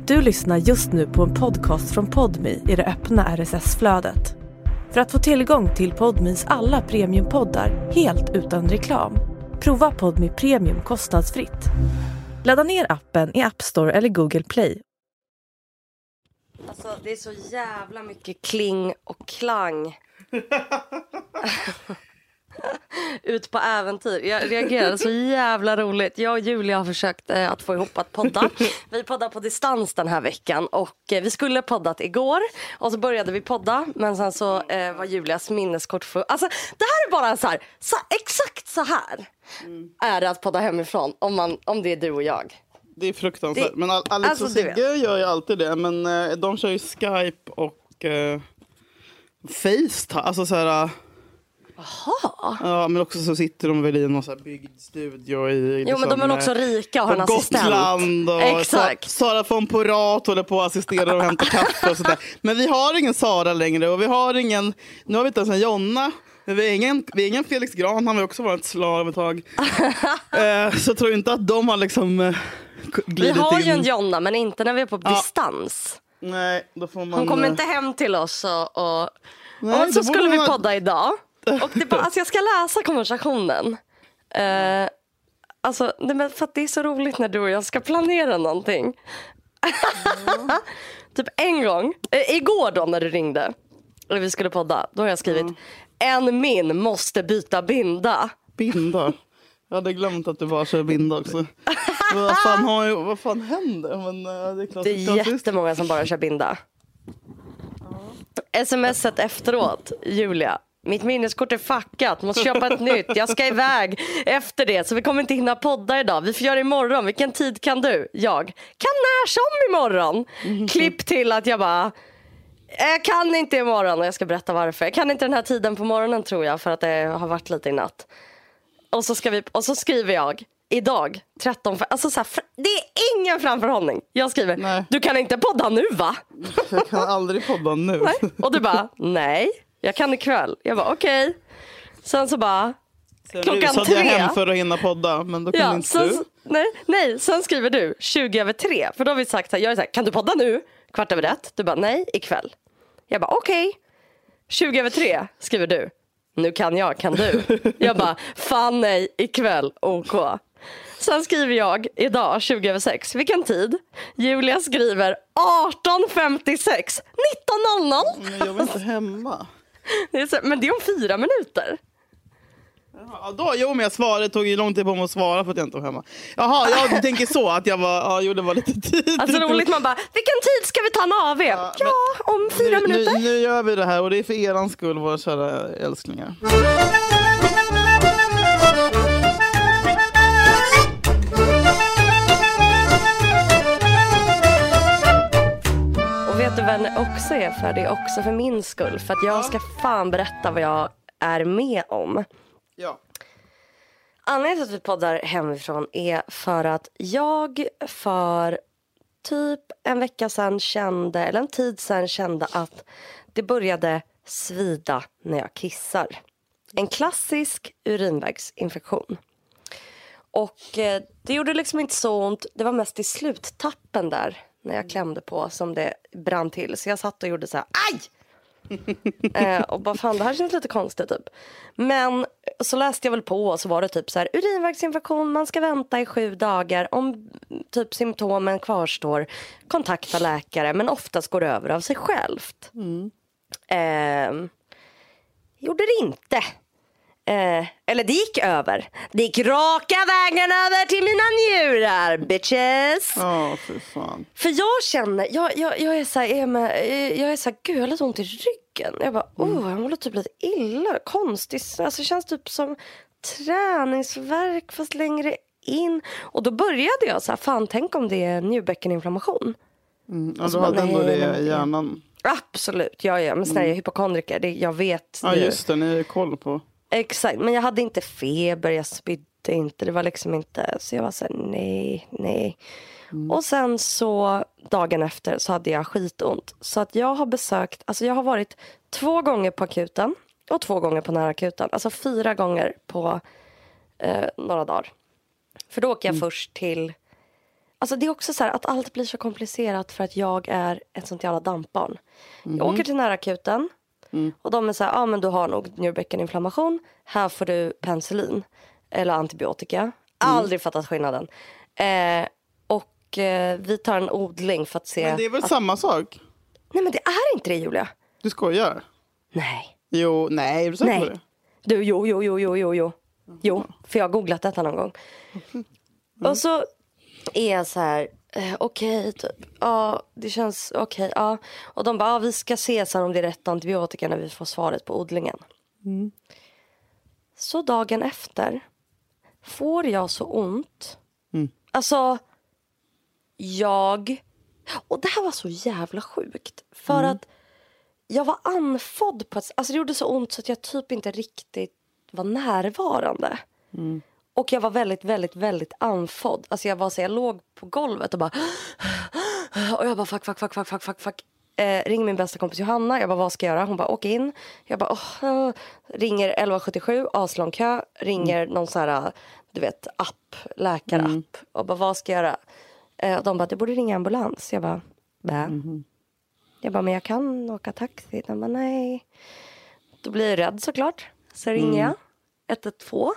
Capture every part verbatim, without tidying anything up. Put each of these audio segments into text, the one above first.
Du lyssnar just nu på en podcast från Podmi i det öppna R S S-flödet. För att få tillgång till Podmis alla premiumpoddar helt utan reklam, prova Podmi Premium kostnadsfritt. Ladda ner appen i App Store eller Google Play. Alltså det är så jävla mycket kling och klang. Ut på äventyr. Jag reagerade så jävla roligt. Jag och Julia har försökt eh, att få ihop att podda. Vi poddar på distans den här veckan. Och eh, vi skulle poddat igår. Och så började vi podda. Men sen så eh, var Julias minneskort för... Alltså det här är bara så här. Så, exakt så här mm. är det att podda hemifrån. Om, man, om det är du och jag. Det är fruktansvärt. Det, men Alex alltså, och Sigge gör ju alltid det. Men eh, de kör ju Skype och eh, FaceTime. Alltså så här... Aha. Ja, men också så sitter de väl i någon så här byggd studio i liksom, jo, men de är också rika och har en assistent. Gotland och exakt. Sara von Porat håller på att assistera och hämta kaffe och sådär. Men vi har ingen Sara längre och vi har ingen, nu har vi inte ens en Jonna. Men vi är ingen, vi är ingen Felix Gran, han har också varit slav ett tag. eh, så jag tror inte att de har liksom eh, glidit in. Vi har in. ju en Jonna, men inte när vi är på ja. distans. Nej, då får man... Hon kommer inte hem till oss och... och, Nej, och så skulle man... vi podda idag. Och det bara, alltså jag ska läsa konversationen. Uh, alltså, det, för att det är så roligt när du och jag ska planera någonting. Mm. Typ en gång, äh, igår då när du ringde och vi skulle podda, då har jag skrivit mm. en min måste byta binda. Binda? Jag hade glömt att du bara kör binda också. vad, fan har jag, vad fan händer? Men, uh, det är, klart, det är jättemånga som bara kör binda. Mm. Smset efteråt, Julia. Mitt minneskort är fackat, måste köpa ett nytt. Jag ska iväg efter det, så vi kommer inte hinna podda idag. Vi får göra det imorgon, vilken tid kan du? Jag kan när som imorgon. Mm. Klipp till att jag bara jag kan inte imorgon och jag ska berätta varför. Jag kan inte den här tiden på morgonen tror jag, för att det har varit lite i natt. Och så, ska vi, och så skriver jag idag tretton, alltså så här, det är ingen framförhållning. Jag skriver, nej. Du kan inte podda nu va? Jag kan aldrig podda nu. Nej. Och du bara, nej. Jag kan ikväll. Jag bara okej. Okay. Sen så bara sen klockan så tre. Jag hem för att hinna podda, men då kunde ja, inte sen, du. Nej, nej, sen skriver du tjugo över tre. För då har vi sagt så här, jag är så här, kan du podda nu? Kvart över ett. Du bara nej, ikväll. Jag bara okej. Okay. tjugo över tre skriver du. Nu kan jag, kan du? Jag bara fan nej, ikväll. OK. Sen skriver jag idag tjugo över sex. Vilken tid? Julia skriver arton femtiosex. nitton noll noll. Men jag var inte hemma. Det är så, men det är om fyra minuter. Ja, då, jo, men jag svarade, det tog ju lång tid på mig att svara för att jag inte var hemma. Jaha, jag tänker så att jag var, ja, jo, det var lite tid. Alltså roligt, man bara, vilken tid ska vi ta en A V? Ja, ja om fyra nu, minuter. Nu, nu gör vi det här och det är för eran skull, våra kära älsklingar. Vet du vad det också är för? Det är också för min skull. För att jag ska fan berätta vad jag är med om. Ja. Anledningen till att vi poddar hemifrån är för att jag för typ en vecka sedan kände, eller en tid sedan kände att det började svida när jag kissar. En klassisk urinvägsinfektion. Och eh, det gjorde liksom inte så ont. Det var mest i sluttappen där. När jag klämde på som det brann till. Så jag satt och gjorde så här, aj! eh, och bara fan, det här känns lite konstigt typ. Men så läste jag väl på och så var det typ så här, urinvägsinfektion, man ska vänta i sju dagar. Om typ symptomen kvarstår, kontakta läkare. Men oftast går det över av sig självt. Mm. Eh, gjorde det inte. Eh, eller det gick över. Det gick raka vägen över till mina njurar, bitches. Ja, oh, för fan. För jag känner, jag, jag, jag är så här, jag är, med, jag är så här, gud, jag har lite ont i ryggen. Jag bara, åh, oh, jag håller typ lite illa. Konstigt, alltså det känns typ som träningsvärk fast längre in. Och då började jag så här, fan, tänk om det är njubäckeninflammation. Mm, ja, du hade ändå det i hjärnan. Absolut, jag är, men snälla, jag är hypokondriker, det, jag vet. Ja, just det, ni har koll på. Exakt, men jag hade inte feber, jag spydde inte, det var liksom inte, så jag var så här, nej, nej. Mm. Och sen så dagen efter så hade jag skitont. Så att jag har besökt, alltså jag har varit två gånger på akuten och två gånger på nära akuten. Alltså fyra gånger på eh, några dagar. För då åker jag mm. först till Alltså det är också så här att allt blir så komplicerat för att jag är ett sånt jävla dampbarn. Mm. Jag åker till närakuten mm. och de är så här, ja ah, men du har nog njurbäckeninflammation. Här får du penicillin eller antibiotika. Mm. Aldrig fattat skillnaden. Eh, och eh, vi tar en odling för att se. Men det är väl att... samma sak? Nej men det är inte det, Julia. Du skojar? Nej. Jo, nej, är du säker på det? Du, jo, jo, jo, jo, jo, jo. Jo, för jag har googlat detta någon gång. Mm. Och så är jag så här, eh, okej, okay, typ. Ja, det känns okej, okay, ja. Och de bara, ja, vi ska se sen om det är rätt antibiotika när vi får svaret på odlingen. Mm. Så dagen efter får jag så ont. Mm. Alltså, jag... Och det här var så jävla sjukt. För mm. att jag var anfodd på ett... Alltså det gjorde så ont så att jag typ inte riktigt var närvarande. Mm. Och jag var väldigt, väldigt, väldigt anfodd. Alltså jag var så jag låg på golvet och bara... Och jag bara, fuck, fuck, fuck, fuck, fuck, fuck, fuck. Eh, ringer min bästa kompis Johanna. Jag bara, vad ska jag göra? Hon bara, åk in. Jag bara, oh, ringer elva sjuttiosju, aslång kö. Ringer mm. någon sån här, du vet, app, läkarapp. Mm. Och bara, vad ska jag göra? Eh, och de bara, du borde ringa ambulans. Jag bara, bä. Mm. Jag bara, men jag kan åka taxi. De bara, nej. Då blir jag rädd såklart. Så ringer jag. ett ett två.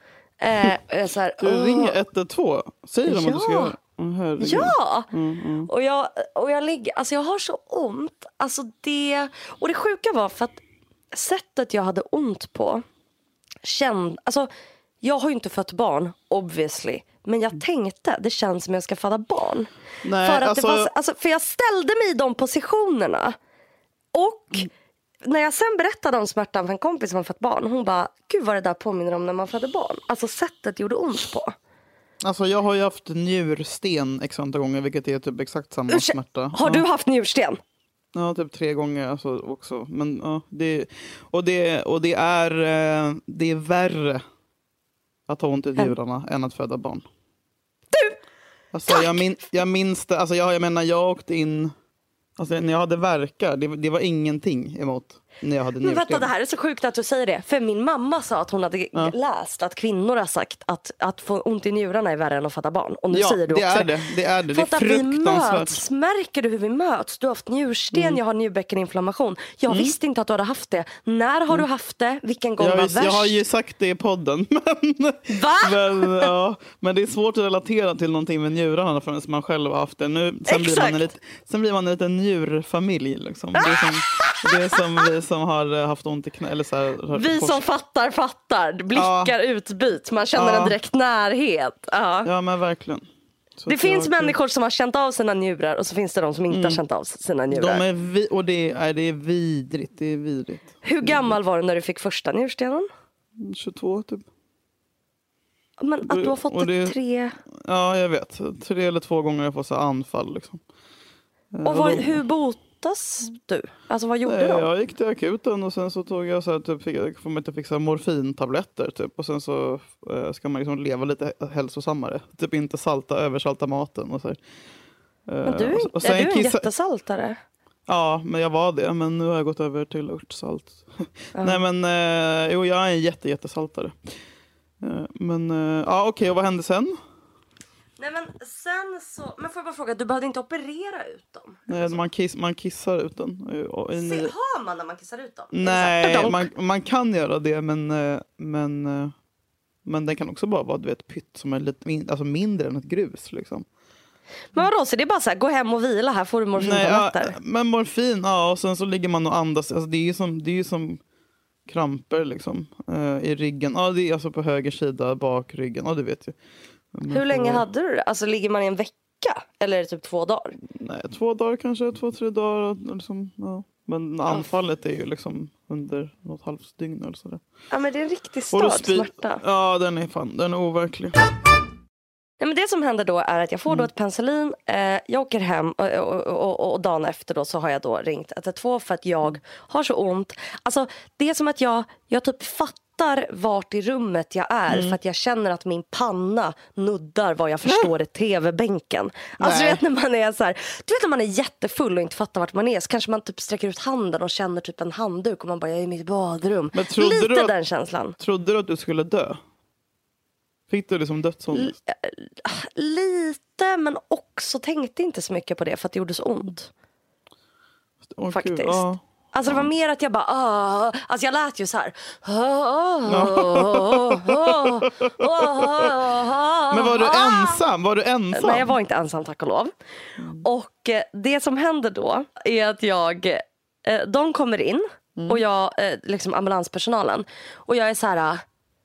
Eh, så här, du ringer ett ett två? Säger de ja. Att du ska göra? Oh, ja! Mm, mm. Och, jag, och jag ligger... Alltså jag har så ont. Alltså det... Och det sjuka var för att sättet jag hade ont på känd... Alltså jag har ju inte fött barn, obviously. Men jag tänkte, det känns som jag ska föda barn. Nej, för, att alltså... det var, alltså, för jag ställde mig i de positionerna. Och... Mm. När jag sen berättade om smärtan för en kompis som har fått barn. Hon bara, gud vad det där påminner om när man födde barn. Alltså sättet gjorde ont på. Alltså jag har ju haft njursten x antal gånger. Vilket är typ exakt samma Ursäk, smärta. Har ja. du haft njursten? Ja, typ tre gånger alltså, också. Men ja, det, och, det, och det är det är värre att ha ont i njurarna mm. än att föda barn. Du! Alltså jag, min, jag minns det. Alltså jag, jag menar jag åkte in... Alltså när jag hade verkar, det, det var ingenting emot när jag hade njursten. Men vänta, det här är så sjukt att du säger det. För min mamma sa att hon hade ja. läst att kvinnor har sagt att, att få ont i njurarna är värre än att föda barn. Och nu ja, säger du det också. Är det, det är det. Det är fruktansvärt. Vi möts. Märker du hur vi möts? Du har haft njursten, mm. jag har njurbäckeninflammation. Jag mm. visste inte att du hade haft det. När har mm. du haft det? Vilken gång jag var visst, värst? Jag har ju sagt det i podden. Men, Va? Men, ja, men det är svårt att relatera till någonting med njurarna förrän man själv har haft det. Nu, sen, blir man en lit, sen blir man en liten njurfamilj. Liksom. Det, är som, det är som vi som har haft ont i knä. Eller så här, vi som fattar, fattar. Blickar ja. utbyt. Man känner ja. en direkt närhet. Ja, ja men verkligen. Så det finns människor som har känt av sina njurar. Och så finns det de som inte mm. har känt av sina njurar. De är vi- och det är, det är vidrigt. Det är vidrigt. Hur gammal var du när du fick första njurstenen? tjugotvå typ. Men att du har fått det, det tre... Ja, jag vet. Tre eller två gånger har jag fått så anfall. Liksom. Och vad, hur botas du? Alltså vad gjorde du då? Jag gick till akuten och sen så tog jag så här, typ, fick, får man inte fixa morfintabletter typ. Och sen så äh, ska man liksom leva lite hälsosammare. Typ inte salta, översalta maten och så här. Men du, och, och är du en kissa... jättesaltare? Ja, men jag var det. Men nu har jag gått över till örtsalt. Uh-huh. Nej men, äh, jo jag är en jätte, jättesaltare. Äh, men, äh, ja okej, okay, och vad hände sen? Nej men sen så, men får jag bara fråga, du behövde inte operera ut dem? Nej, man, kiss, man kissar ut den. Se, hör man när man kissar ut dem? Nej, man, man kan göra det, men, men, men den kan också bara vara, du vet, pytt som är lite min, alltså mindre än ett grus liksom. Men vadå, så det är bara så här, gå hem och vila, här får du morfintabletter? Ja, men morfin, ja, och sen så ligger man och andas, alltså det är ju som, det är ju som kramper liksom, uh, i ryggen. Ja, det är alltså på höger sida, bak ryggen, ja du vet ju. Men hur länge så... hade du det? Alltså ligger man i en vecka? Eller är det typ två dagar? Nej, två dagar kanske, två, tre dagar. Liksom, ja. Men anfallet är ju liksom under något halvt dygn eller sådär. Ja, men det är en riktigt störd spi- smärta. Ja, den är fan, den är overklig. Nej, men det som händer då är att jag får då ett penicillin. Eh, jag åker hem och, och, och, och dagen efter då så har jag då ringt ett ett två för att jag har så ont. Alltså det är som att jag, jag typ fattar vart i rummet jag är. Mm. För att jag känner att min panna nuddar vad jag förstår i tv-bänken. Alltså du vet när man är så här, du vet när man är jättefull och inte fattar vart man är. Så kanske man typ sträcker ut handen och känner typ en handduk. Och man bara, jag är i mitt badrum. Lite du, den känslan. Trodde du att du skulle dö? Fick du liksom dödsångest? L- lite, kände men också tänkte inte så mycket på det för att det gjorde så ont. Åh, faktiskt. Gud, ja. Alltså det var mer att jag bara ah, alltså jag lät ju så här. Ah, ah, ah, ah, Men var du ensam? Var du ensam? Nej, jag var inte ensam, tack och lov. Mm. Och eh, det som händer då är att jag eh, de kommer in mm. och jag eh, liksom ambulanspersonalen och jag är så här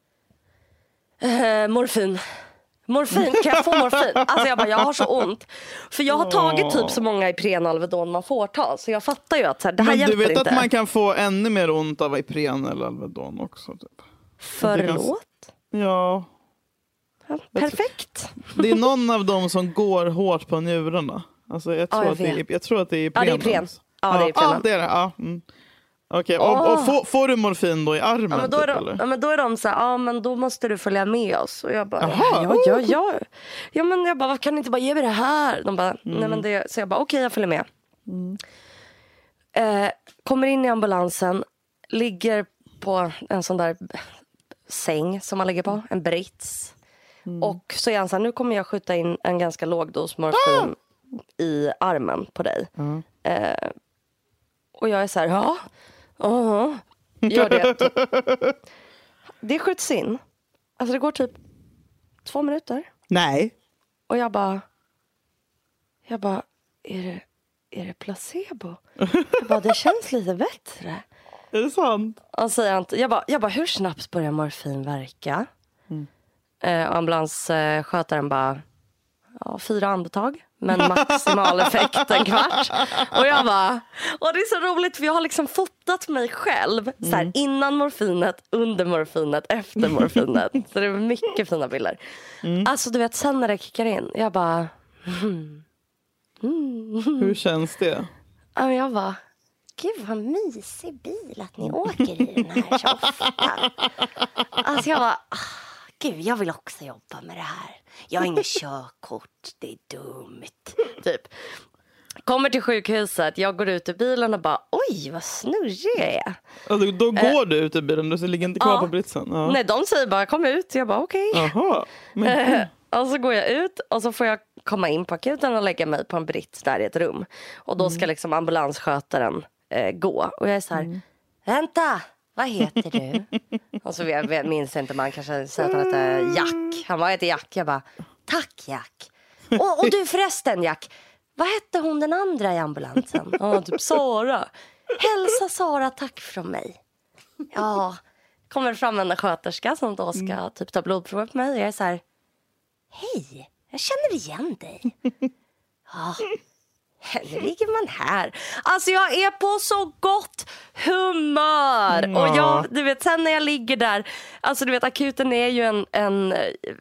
eh, morfin. Morfin, kan jag få morfin? Alltså jag bara, jag har så ont. För jag har tagit typ så många Ipren och Alvedon man får ta. Så jag fattar ju att så här, det här men hjälper inte. Men du vet att man kan få ännu mer ont av Ipren eller Alvedon också typ. Förlåt? Kan... Ja. ja. Perfekt. Det är någon av dem som går hårt på njurarna. Alltså jag tror, ja, jag, att, det är, jag tror att det är Ipren. Ja, det är Ipren. Ja, det är Ipren. Ja, det är det. Ja. Mm. Okej, okay. och, och får, får du morfin då i armen? Ja, men då, är typ, de, eller? Ja, men då är de så här, ja men då måste du följa med oss. Och jag bara, Jaha, ja, ja, ja. Ja, men jag bara, vad kan ni inte bara ge mig det här? De bara, mm. nej men det, så jag bara, okej okay, jag följer med. Mm. Eh, kommer in i ambulansen, ligger på en sån där säng som man ligger på, en brits. Mm. Och så är han så här, nu kommer jag skjuta in en ganska låg dos morfin ah! i armen på dig. Mm. Eh, och jag är så här, ja. Uh-huh. Gör det. Det skjuts in. Alltså det går typ två minuter. Nej. Och jag bara Jag bara Är det, är det placebo? Jag bara, det känns lite bättre. Är det sant? Och säger han, jag bara, jag bara, hur snabbt börjar morfin verka? Mm. Eh, och ambulansskötaren bara ja, fyra andetag. Men maximal effekt en kvart. Och jag bara, och det är så roligt för jag har liksom fotat mig själv mm. så här, innan morfinet, under morfinet, efter morfinet. Så det är mycket fina bilder. Mm. Alltså du vet, sen när det kickar in, jag bara mm. Mm. Hur känns det? Ja, jag bara, gud vad mysig bil att ni åker i den här så ofta. Alltså jag bara, gud, jag vill också jobba med det här. Jag har inget körkort, det är dumt. Typ. Kommer till sjukhuset, jag går ut ur bilen och bara, oj vad snurrig jag är. Alltså, då går uh, du ut ur bilen, du ligger inte kvar ja. på britsen. Ja. Nej, de säger bara, kom ut. Jag bara, okej. Okay. Jaha. Men... Uh, och så går jag ut och så får jag komma in på akuten och lägga mig på en brits där i ett rum. Och då ska mm. liksom ambulansskötaren uh, gå. Och jag är så här, mm. vänta! Vad heter du? Och så jag, jag minns inte, man kanske säger att han heter Jack. Han var heter Jack. Jag bara, tack Jack. Och, och du förresten Jack, vad hette hon den andra i ambulansen? Ja, typ Sara. Hälsa Sara, tack från mig. Ja, kommer fram en sköterska som då ska typ ta blodprover på mig. Och jag är så här, hej, jag känner igen dig. Ja. Nu ligger man här. Alltså jag är på så gott humör. Mm. Och jag, du vet, sen när jag ligger där, alltså du vet, akuten är ju en, en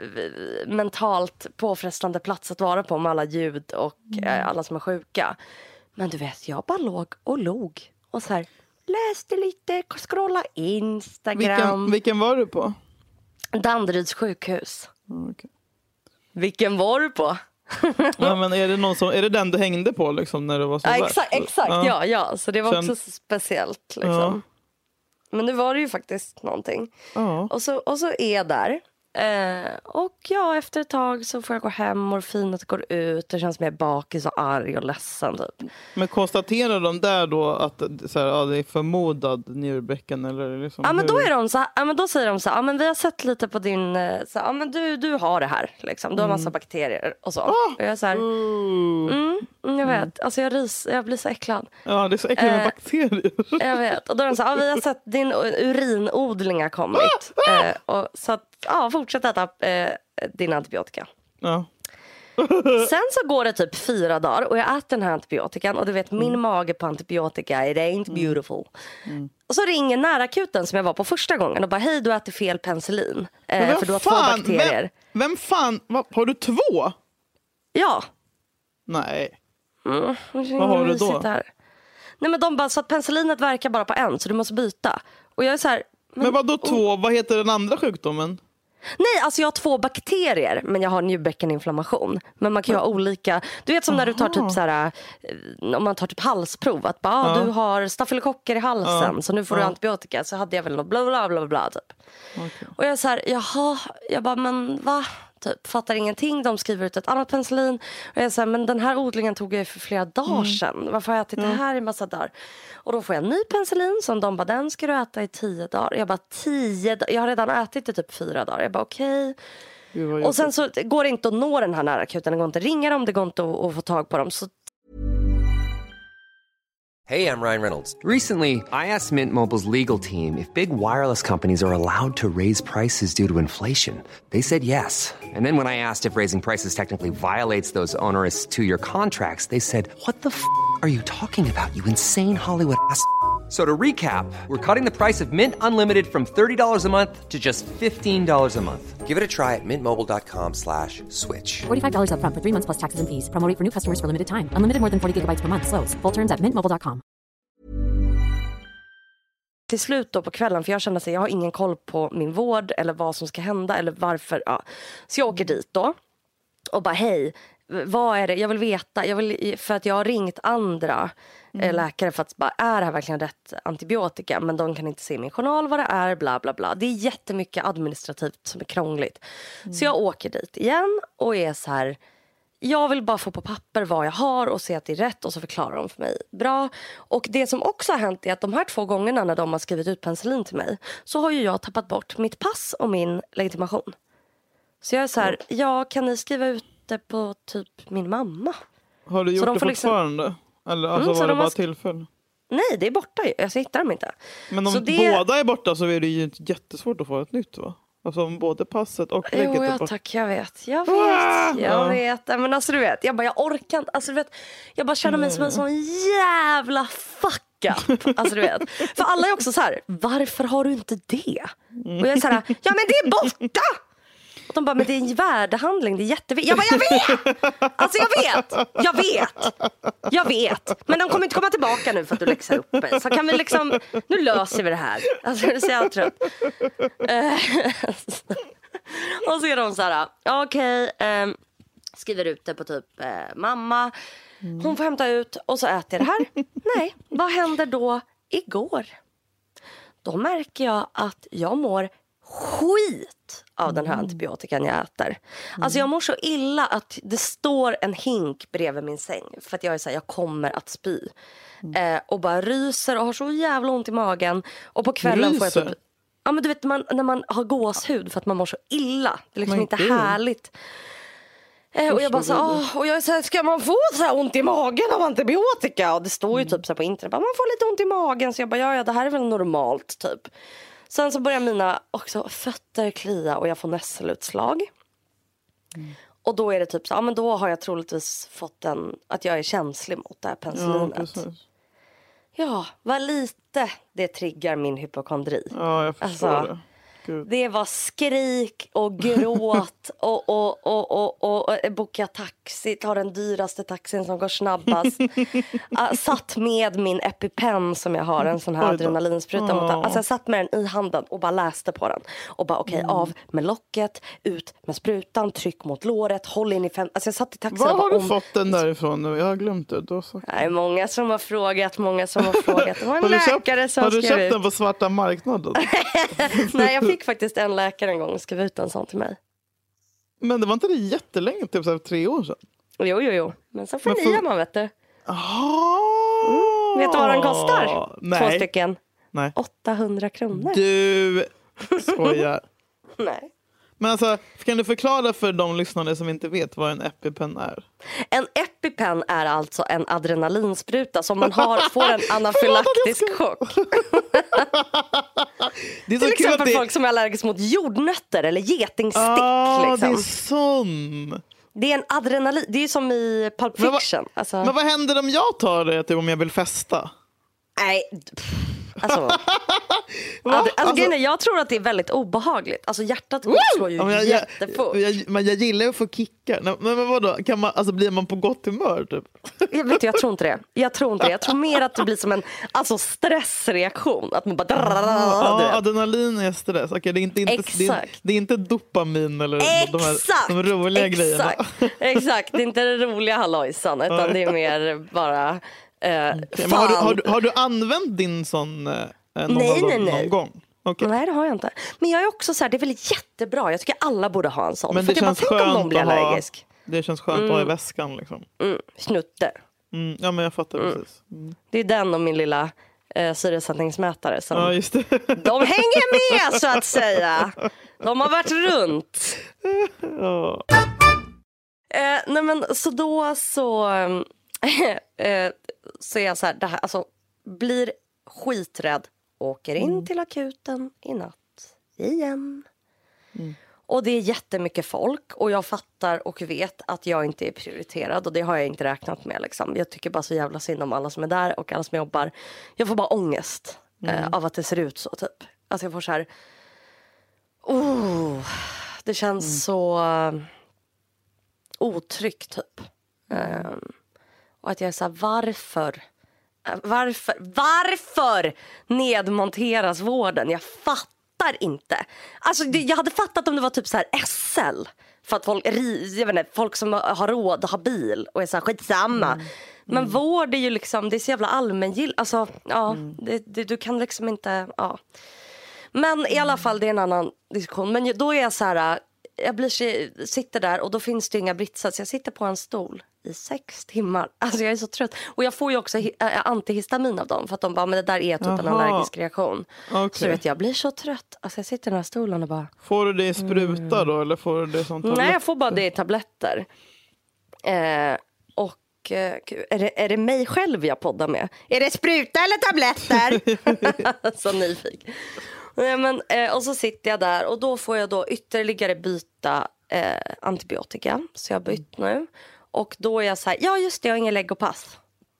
mentalt påfrestande plats att vara på med alla ljud och mm. alla som är sjuka. Men du vet, jag bara låg och log och så här läste lite, scrolla Instagram. Vilken, vilken var du på? Danderyds sjukhus. Mm, okay. Vilken var du på? Ja, men är det någon som, är det den du hängde på liksom när det var så ja, värst? exakt, exakt ja. ja, ja, så det var Känd... också speciellt liksom. Ja. Men nu var det ju faktiskt någonting. Ja. Och så och så är jag där. Eh, och ja, efter ett tag så får jag gå hem, morfinet går ut, det känns mer bakis och arg och ledsen typ. Men konstaterar de där då att så här, ja, det är förmodad njurbäcken eller liksom, ja men hur? då är de så här, ja men då säger de så här, ja men vi har sett lite på din så här, ja men du du har det här liksom, du har massa mm. bakterier och så. Oh! Och jag är så här, mm, jag vet, alltså jag ris, jag blir så äcklad. Ja, det är så äckligt med eh, bakterier. Jag vet, och då är de så här, ja vi har sett din urinodling har kommit. eh, och så att ja, fortsätt äta eh, din antibiotika. Ja. Sen så går det typ fyra dagar och jag äter den här antibiotikan och du vet, min mm. mage på antibiotika, it ain't beautiful. Mm. Och så ringer närakuten som jag var på första gången och bara, hej du äter fel penicillin. Eh, för du har fan? två bakterier. Vem, vem fan, vad, har du två? Ja. Nej. Mm. Vad har du då? Här. Nej men de bara, så att penicillinet verkar bara på en så du måste byta. Och jag är så här, men, men vad då två? Vad heter den andra sjukdomen? Nej, alltså jag har två bakterier men jag har njurbäckeninflammation. Men man kan ju ha olika. Du vet som Aha. när du tar typ så här, om man tar typ halsprov att bara, ah, du har stafylokocker i halsen ja. så nu får ja. du antibiotika. Så hade jag väl något bla bla bla bla typ. Okay. Och jag är så här, jaha, jag bara men va? typ. Fattar ingenting. De skriver ut ett annat penicillin. Och jag säger, men den här odlingen tog jag för flera dagar mm. sedan. Varför har jag ätit mm. det här i massa dagar? Och då får jag en ny penicillin som de bara, den ska du äta i tio dagar. Jag bara, tio dagar? Jag har redan ätit i typ fyra dagar. Jag bara, okej. Okay. Och sen så går det inte att nå den här närakuten. Det går inte att ringa dem, det går inte att, att få tag på dem. Så... Hey, I'm Ryan Reynolds. Recently, I asked Mint Mobile's legal team if big wireless companies are allowed to raise prices due to inflation. They said yes. And then when I asked if raising prices technically violates those onerous two-year contracts, they said, what the f*** are you talking about, you insane Hollywood ass f- So to recap, we're cutting the price of Mint Unlimited from thirty dollars a month to just fifteen dollars a month. Give it a try at mintmobile.com slash switch. forty-five dollars up front for three months plus taxes and fees. Promo rate for new customers for limited time. Unlimited more than forty gigabytes per month. Slows full terms at mint mobile dot com. Till slut då på kvällen, för jag kände att jag har ingen koll på min vård eller vad som ska hända eller varför. Ja. Så jag åker dit då och bara, hej, vad är det? Jag vill veta, jag vill, för att jag har ringt andra mm. läkare för att bara, är det här verkligen rätt antibiotika? Men de kan inte se i min journal vad det är, bla bla bla. Det är jättemycket administrativt som är krångligt. Mm. Så jag åker dit igen och är så här, jag vill bara få på papper vad jag har och se att det är rätt, och så förklarar de för mig bra. Och det som också har hänt är att de här två gångerna när de har skrivit ut penicillin till mig, så har ju jag tappat bort mitt pass och min legitimation. Så jag är så här, ja, kan ni skriva ut det på typ min mamma? Har du gjort de det fortfarande? Liksom... Eller alltså, mm, var det bara har... tillfälle? Nej, det är borta ju. Jag hittar dem inte. Men om så det... båda är borta så är det ju jättesvårt att få ett nytt, va? Alltså om både passet och lägget jo, ja, är borta. Tack, jag vet. Jag vet, ah! jag vet. Men alltså du vet, jag bara, jag orkar inte. Alltså du vet, jag bara känner mig mm. som en sån jävla fuck up. Alltså du vet. För alla är också så här, varför har du inte det? Och jag är så här, ja men det är borta! Och de bara, men det är en värdehandling, det är jätteviktigt. Jag bara, jag vet! Alltså jag vet! Jag vet! Jag vet! Men de kommer inte komma tillbaka nu för att du läxar upp mig. Så kan vi liksom, nu löser vi det här. Alltså jag är så jävla trött. Och så är de så här, okej, okay, um, skriver ut det på typ eh, mamma. Hon får hämta ut och så äter jag det här. Nej, vad händer då igår? Då märker jag att jag mår skit av den här mm. antibiotikan jag äter. Mm. Alltså jag mår så illa att det står en hink bredvid min säng. För att jag är så här, jag kommer att spy. Mm. Eh, och bara ryser och har så jävla ont i magen. Och på kvällen ryser. Får jag typ... Ja men du vet man, när man har gåshud för att man mår så illa. Det är liksom men inte gud. Härligt. Eh, och jag bara så åh, och jag är så här, ska man få så här ont i magen av antibiotika? Och det står ju mm. typ så här på internet, man får lite ont i magen. Så jag bara, ja, ja det här är väl normalt typ. Sen så börjar mina också fötter klia och jag får nässelutslag. Mm. Och då är det typ så, ja men då har jag troligtvis fått en, att jag är känslig mot det här penicillinet. Ja, ja, vad lite det triggar min hypokondri. Ja, jag förstår alltså, det. Gud. Det var skrik och gråt och, och, och, och, och, och boka taxi, ta den dyraste taxin som går snabbast. uh, satt med min EpiPen som jag har, en sån här adrenalinspruta. Oh. Alltså jag satt med den i handen och bara läste på den. Och bara okej, okay, mm. av med locket, ut med sprutan, tryck mot låret, håll in i fem... Alltså jag satt i taxin. Var har du om... fått den därifrån nu? Jag har glömt det. Då så... Nej, många som har frågat, många som har frågat. Det var en har läkare köpt, som har du köpt ut. Den på svarta marknaden? Nej, jag fick faktiskt en läkare en gång och skrev ut en sån till mig. Men det var inte det jättelänge, typ så här tre år sedan. Jo, jo, jo. Men så förnyar för... man, vet du. Mm. Vet du vad den kostar? Nej. Två stycken. Nej. åttahundra kronor. Du skojar. Nej. Men alltså, kan du förklara för de lyssnare som inte vet vad en EpiPen är? En EpiPen är alltså en adrenalinspruta som man har, får en anafylaktisk chock. Det är så till exempel det... folk som är allergiska mot jordnötter eller getingstick. Ah, liksom. Det är sån. Det är en adrenalin, det är som i Pulp Fiction. Men, va, alltså... men vad händer om jag tar det typ, om jag vill festa? Nej, alltså, alltså, alltså jag tror att det är väldigt obehagligt. Alltså hjärtat slår ju jag, jättefort. Jag, jag, men jag gillar att få kickar. Men, men vadå, kan man, alltså, blir man på gott humör typ? Jag, vet, jag tror inte det. Jag tror inte det. Jag tror mer att det blir som en alltså, stressreaktion. Att man bara... Ja, adrenalin är stress. Okay, det, är inte, inte, det, är, det är inte dopamin eller exakt, de, här, de roliga exakt, grejerna. Exakt, det är inte det roliga hallojsan. Utan det är mer bara... Uh, okay, men har, du, har, du, har du använt din sån uh, någon, nej, nej, någon nej. gång? Okay. Nej, det har jag inte. Men jag är också så här, det är väl jättebra. Jag tycker alla borde ha en sån. Men det för känns jag bara, tänk om någon blir skönt att ha, allergisk. det känns skönt Mm. att ha i väskan liksom. Mm, snutte. Mm, ja, men jag fattar Mm. precis. Mm. Det är den och min lilla eh, syresättningsmätare som Ja, just det. de hänger med så att säga. De har varit runt. Ja. Eh, nej men så då så eh, så är jag så här, det här alltså, blir skiträdd, åker in mm. till akuten i natt igen. Mm. Och det är jättemycket folk och jag fattar och vet att jag inte är prioriterad och det har jag inte räknat med liksom. Jag tycker bara så jävla synd om alla som är där och alla som jobbar. Jag får bara ångest mm. eh, av att det ser ut så typ. Alltså jag får så här oh, det känns mm. så otryggt typ. Mm. Um, och att jag är så här, varför? Varför? Varför nedmonteras vården? Jag fattar inte. Alltså jag hade fattat om det var typ så här S L. För att folk, jag vet inte, folk som har råd att ha bil och är så här skitsamma. Mm. Men mm. vård är ju liksom, det är så jävla allmängill. Alltså ja, mm. det, det, du kan liksom inte, ja. Men i alla fall det är en annan diskussion. Men då är jag så här, jag blir, sitter där och då finns det inga britsar. Så jag sitter på en stol i sex timmar. Alltså jag är så trött. Och jag får ju också äh, antihistamin av dem. För att de bara, men det där är typ en allergisk reaktion. Okay. Så vet jag blir så trött. Alltså jag sitter i den här stolen och bara... Får du det i spruta mm. då? Eller får du det som tabletter? Nej, jag får bara det i tabletter. Eh, och eh, är, det, är det mig själv jag poddar med? Är det spruta eller tabletter? Så nyfiken. Nej, men, eh, och så sitter jag där och då får jag då ytterligare byta eh, antibiotika. Så jag har bytt nu. Och då är jag så här, ja just det, jag har ingen legopass.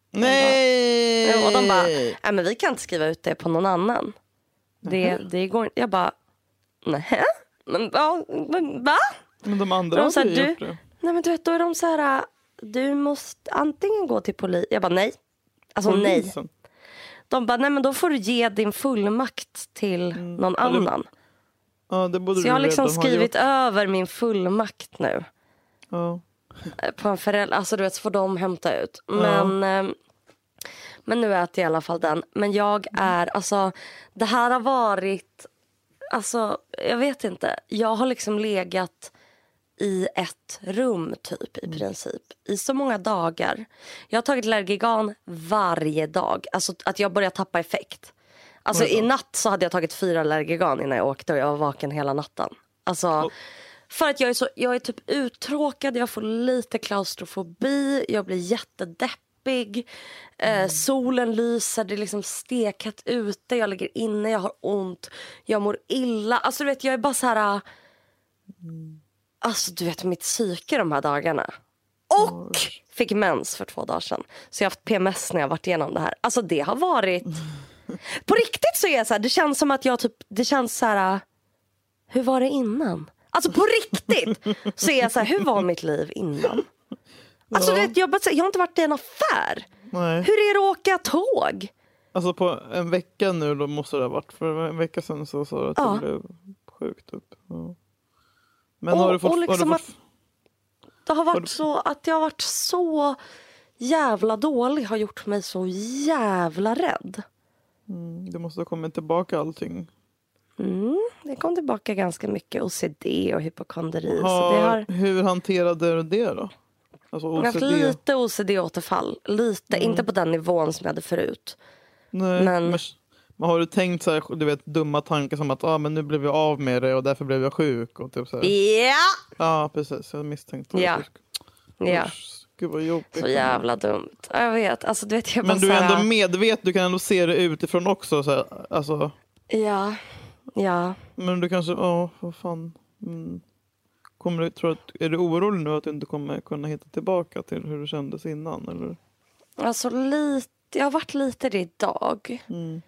Nej! Och, bara, och de bara, nej men vi kan inte skriva ut det på någon annan. Det, mm. det går inte. Jag bara, nej. Men, ja, men va? Men de andra de har ju gjort det. Nej men du vet, då är de så här, du måste antingen gå till polis. Jag bara, nej. Alltså Polisen. nej. De bara, nej men då får du ge din fullmakt till mm. någon ja, det, annan. Ja, det borde så jag har liksom skrivit gjort. över min fullmakt nu. Ja. På en förälder, alltså du vet, så får de hämta ut. Men, ja. eh, men nu äter jag i alla fall den. Men jag är, alltså det här har varit, alltså jag vet inte. Jag har liksom legat i ett rum typ i princip. I så många dagar. Jag har tagit Lergigan varje dag. Alltså att jag börjar tappa effekt. Alltså i natt så hade jag tagit fyra Lergigan innan jag åkte och jag var vaken hela natten. Alltså... Oh. För att jag är, så, jag är typ uttråkad, jag får lite klaustrofobi, jag blir jättedeppig, mm. eh, solen lyser, det är liksom stekat ute, jag ligger inne, jag har ont, jag mår illa. Alltså du vet, jag är bara så här, mm. alltså du vet mitt psyke de här dagarna. Och mm. fick mens för två dagar sedan. Så jag har haft P M S när jag varit igenom det här. Alltså det har varit, mm. på riktigt så är jag så här, det känns som att jag typ, det känns så här, hur var det innan? Alltså på riktigt så är jag så här, hur var mitt liv innan? Alltså ja. du vet, jag, bara, jag har inte varit i en affär. Nej. Hur är det att åka tåg? Alltså på en vecka nu då måste det ha varit. För en vecka sedan så sa du att ja. det blev sjukt upp. Ja. Men och, har du fått... Och liksom har du fått... Att, det har varit du... så att jag har varit så jävla dålig har gjort mig så jävla rädd. Mm, det måste ha kommit tillbaka allting. Mm, det kom tillbaka ganska mycket O C D och hypokondri. Har, så det har... Hur hanterade du det då? Alltså O C D... Jag har haft lite O C D-återfall. Lite, mm. inte på den nivån som jag hade förut. Nej, men... men, men har du tänkt så här, du vet, dumma tankar som att ah, men nu blev jag av med det och därför blev jag sjuk? Och typ så här. Ja! Ja, precis. Jag misstänkte ja. det. Ja. Gud vad jobbigt. Så jävla dumt. Jag vet. Alltså, du vet jag men bara du är här... ändå medveten, du kan ändå se det utifrån också. Så här, alltså... Ja. Ja. Men du kanske, ja, vad fan. Mm. Kommer du, tror att, är du orolig nu att du inte kommer kunna hitta tillbaka till hur du kändes innan? Eller? Alltså lite, jag har varit lite det idag. Mm.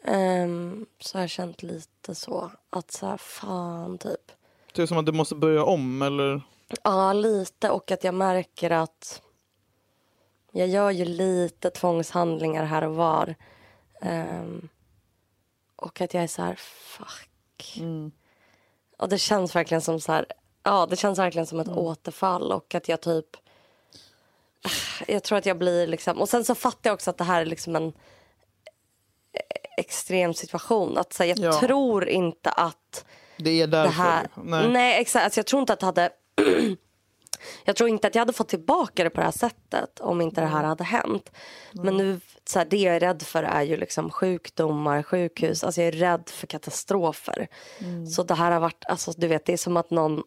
Um, så har jag känt lite så. Att så här, fan typ. Det är som att du måste börja om, eller? Ja, lite. Och att jag märker att jag gör ju lite tvångshandlingar här och var. Um, och att jag är så här, fuck. Mm. Och det känns verkligen som så här, ja, det känns verkligen som ett mm. återfall. Och att jag typ, jag tror att jag blir liksom, och sen så fattar jag också att det här är liksom en, extrem situation. Att, så här, jag Ja. tror inte att Det är det därför. här... Nej. Nej, exakt. Alltså, jag tror inte att jag hade... jag tror inte att jag hade fått tillbaka det på det här sättet om inte det här hade hänt. Men nu, så här, det jag är rädd för är ju liksom sjukdomar, sjukhus. Alltså jag är rädd för katastrofer. Så det här har varit, alltså du vet, det är som att någon...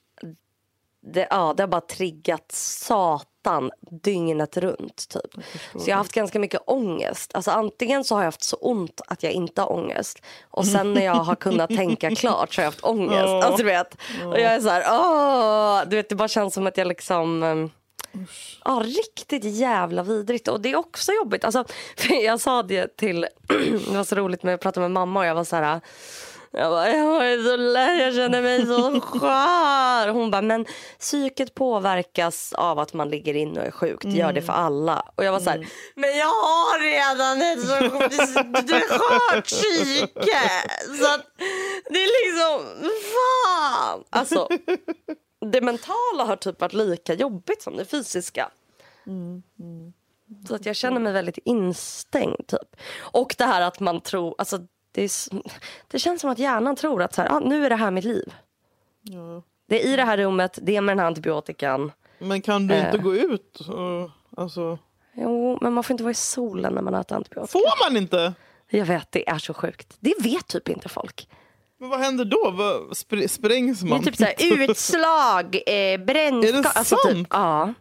Det, ja, det har bara triggat satan dygnet runt typ. Så jag har haft ganska mycket ångest. Alltså antingen så har jag haft så ont att jag inte har ångest. Och sen när jag har kunnat tänka klart så har jag haft ångest. Oh. Alltså du vet. Och jag är så här, åh, du vet, det bara känns som att jag liksom... um, Ja, riktigt jävla vidrigt. Och det är också jobbigt. Alltså, för jag sa det till... det var så roligt med att prata med mamma och jag var så här... Jag bara, jag är så lä, jag känner mig så skär. Hon bara, men psyket påverkas av att man ligger in och är sjuk. Det gör det för alla. Och jag var så här, men jag har redan ett så det är skört psyke. Så att det är liksom, fan. Alltså, det mentala har typ varit lika jobbigt som det fysiska. Mm, mm. Så att jag känner mig väldigt instängd typ. Och det här att man tror, alltså det, är, det känns som att hjärnan tror att så här, ah, nu är det här mitt liv. Ja. Det är i det här rummet, det är med den här antibiotikan. Men kan du inte Eh. gå ut? Och, alltså... Jo, men man får inte vara i solen när man äter antibiotika. Får man inte? Jag vet, det är så sjukt. Det vet typ inte folk. Men vad händer då? Vad, spr- sprängs Det är man? typ så här, utslag, eh, brännskada. Är det alltså, sant? typ, ja.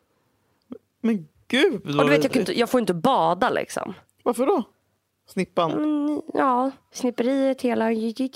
Men gud. Och du vet, jag, kan inte, jag får inte bada liksom. Varför då? Snippan? Mm, ja, snipperiet hela...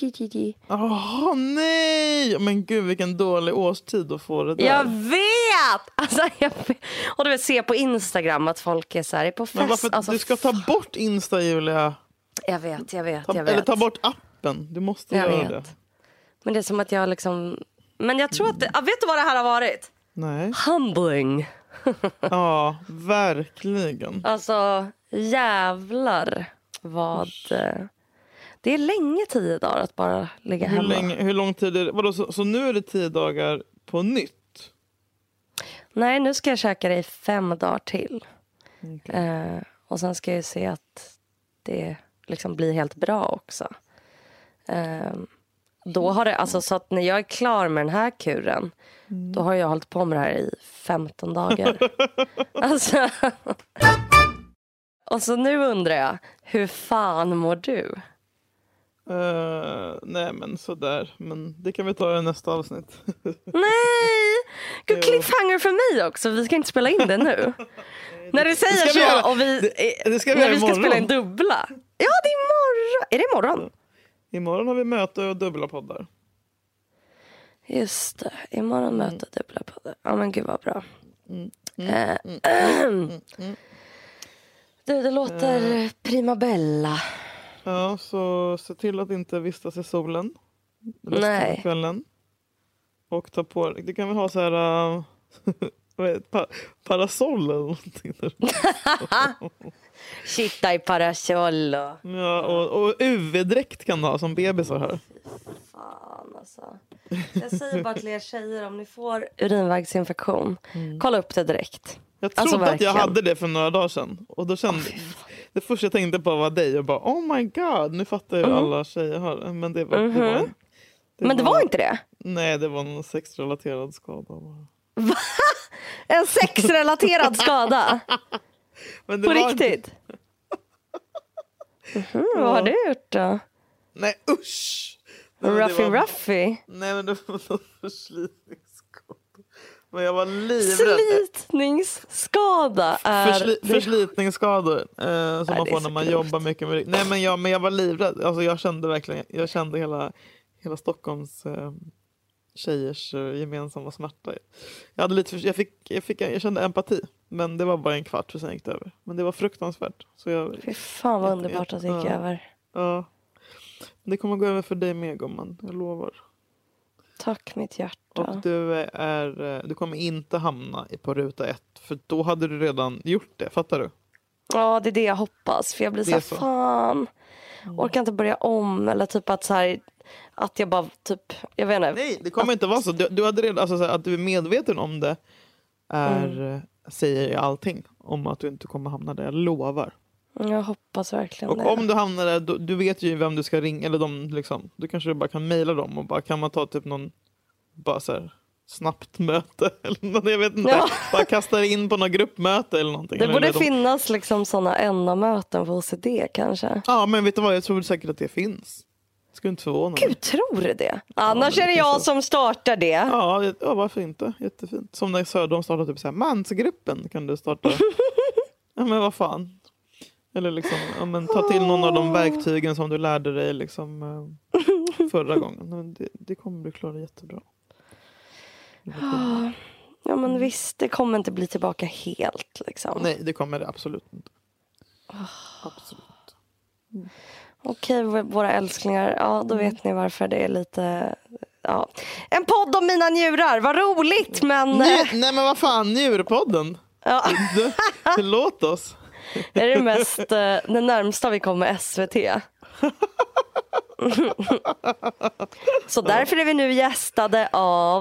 Åh nej! Men gud, vilken dålig årstid att få det där. Jag vet! Alltså, jag vet. Och du vet, se på Instagram att folk är så här, är på fest. Men varför alltså, du ska ta bort Insta, Julia? Jag vet, jag vet, Ta, jag vet. eller ta bort appen. Du måste Jag göra vet. det. Men det är som att jag liksom... Men jag tror att det... Ah, vet du vad det här har varit? Nej. Humbling. Ja, verkligen. Alltså, jävlar vad... eh, Det är länge tio dagar att bara ligga Hur, hemma. länge, hur lång tid är det? Vadå, så, så nu är det tio dagar på nytt? Nej, nu ska jag käka det i fem dagar till. Okay. Eh, och sen ska jag se att det liksom blir helt bra också. Eh, då har det, alltså så att när jag är klar med den här kuren, mm. då har jag hållit på med det här i femton dagar. Alltså. Och så nu undrar jag, hur fan mår du? Uh, nej men sådär. Men det kan vi ta i nästa avsnitt. Nej! Gud, cliffhanger för mig också. Vi ska inte spela in det nu. När du säger vi så göra, och vi, det, det ska vi när göra vi ska imorgon. spela in dubbla. Ja, det är imorgon. Är det imorgon? Imorgon har vi möte och dubbla poddar. Just det. Imorgon mm. möte dubbla poddar. Ja, men gud vad bra. Mm. Mm. Äh, mm. Mm. Mm. Du, det låter uh. prima bella. Ja, så se till att inte vistas i solen. Nej. Kvällen. Och ta på, det kan vi ha så här uh, pa, parasoll eller någonting. Sitta i parasoll. Ja, och, och U V-dräkt kan du ha som bebisar här. Fan alltså. Jag säger bara till er tjejer, om ni får urinvägsinfektion, mm. kolla upp det direkt. Jag trodde alltså, att jag hade det för några dagar sedan. Och då kände oh, det första jag tänkte på var dig och bara oh my god, nu fattar jag hur mm. alla tjejer har det. Men det var, mm-hmm. det var, det Men det var, var inte det? Nej, det var en sexrelaterad skada. Va? En sexrelaterad skada? Men det på var riktigt? Inte... mm-hmm, ja. Vad har du gjort då? Nej, usch! Ruffy var... Ruffy? Nej, men det var någon förslitningsskada. Men jag var livrädd. Slitningsskada är... Försli- förslitningsskador eh, som Nej, man får när man klokt. jobbar mycket med... Nej, men jag, men jag var livrädd. Alltså, jag kände verkligen... Jag kände hela, hela Stockholms eh, tjejers eh, gemensamma smärta. Jag, hade lite för, jag, fick, jag, fick, jag kände empati. Men det var bara en kvart för sen gick det över. Men det var fruktansvärt. Så jag, Fy fan vad jag, underbart att det gick ja, över. Ja. Det kommer gå över för dig med, gumman. Jag lovar. Tack mitt hjärta. Och du, är, du kommer inte hamna på ruta ett. För då hade du redan gjort det, fattar du? Ja, det är det jag hoppas. För jag blir så här, så. fan. Mm. Orkar inte börja om. Eller typ att så här, att jag bara typ, jag vet inte. Nej, det kommer att... inte vara så. Du, du hade redan, alltså, så här, att du är medveten om det är, mm. säger allting om att du inte kommer hamna där. Jag lovar. Jag hoppas verkligen Och det. om du hamnar där, du, du vet ju vem du ska ringa. Eller de, liksom, du kanske bara kan mejla dem. Och bara kan man ta typ någon bara så här, snabbt möte. Eller något, jag vet inte. Ja. Bara kasta in på någon gruppmöte eller någonting. Det eller borde de... finnas liksom sådana enda-möten på O C D kanske. Ja, men vet du vad? Jag tror säkert att det finns. Skulle inte förvåna mig. Gud, tror du det? Annars det är det jag kanske- som startar det. Ja, det- ja, varför inte? Jättefint. Som när Söderholm startade typ så här, mansgruppen kan du starta. Ja, men vad fan. Eller liksom, ja, men ta till någon av de verktygen som du lärde dig liksom eh, förra gången. Men det, det kommer du klara jättebra. Det blir kul. Ja, men visst, det kommer inte bli tillbaka helt liksom. Nej, det kommer det absolut inte. Absolut. Okej, v- våra älsklingar. Ja, då vet ni varför det är lite... Ja. En podd om mina njurar, vad roligt, men... Nej, nej men vad fan, njurpodden. Ja, Det, det, låt oss. det är det mest, eh, det närmsta vi kommer S V T. Så därför är vi nu gästade av...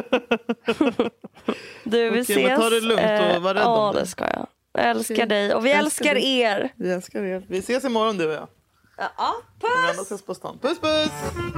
Du, vi Okej, ses. men ta det lugnt och var rädd om Ja, dig. det ska jag. Jag älskar dig och vi Jag älskar älskar dig. er. Vi älskar er. Vi ses imorgon du och jag. Ja, Vi ses på stan. Puss puss!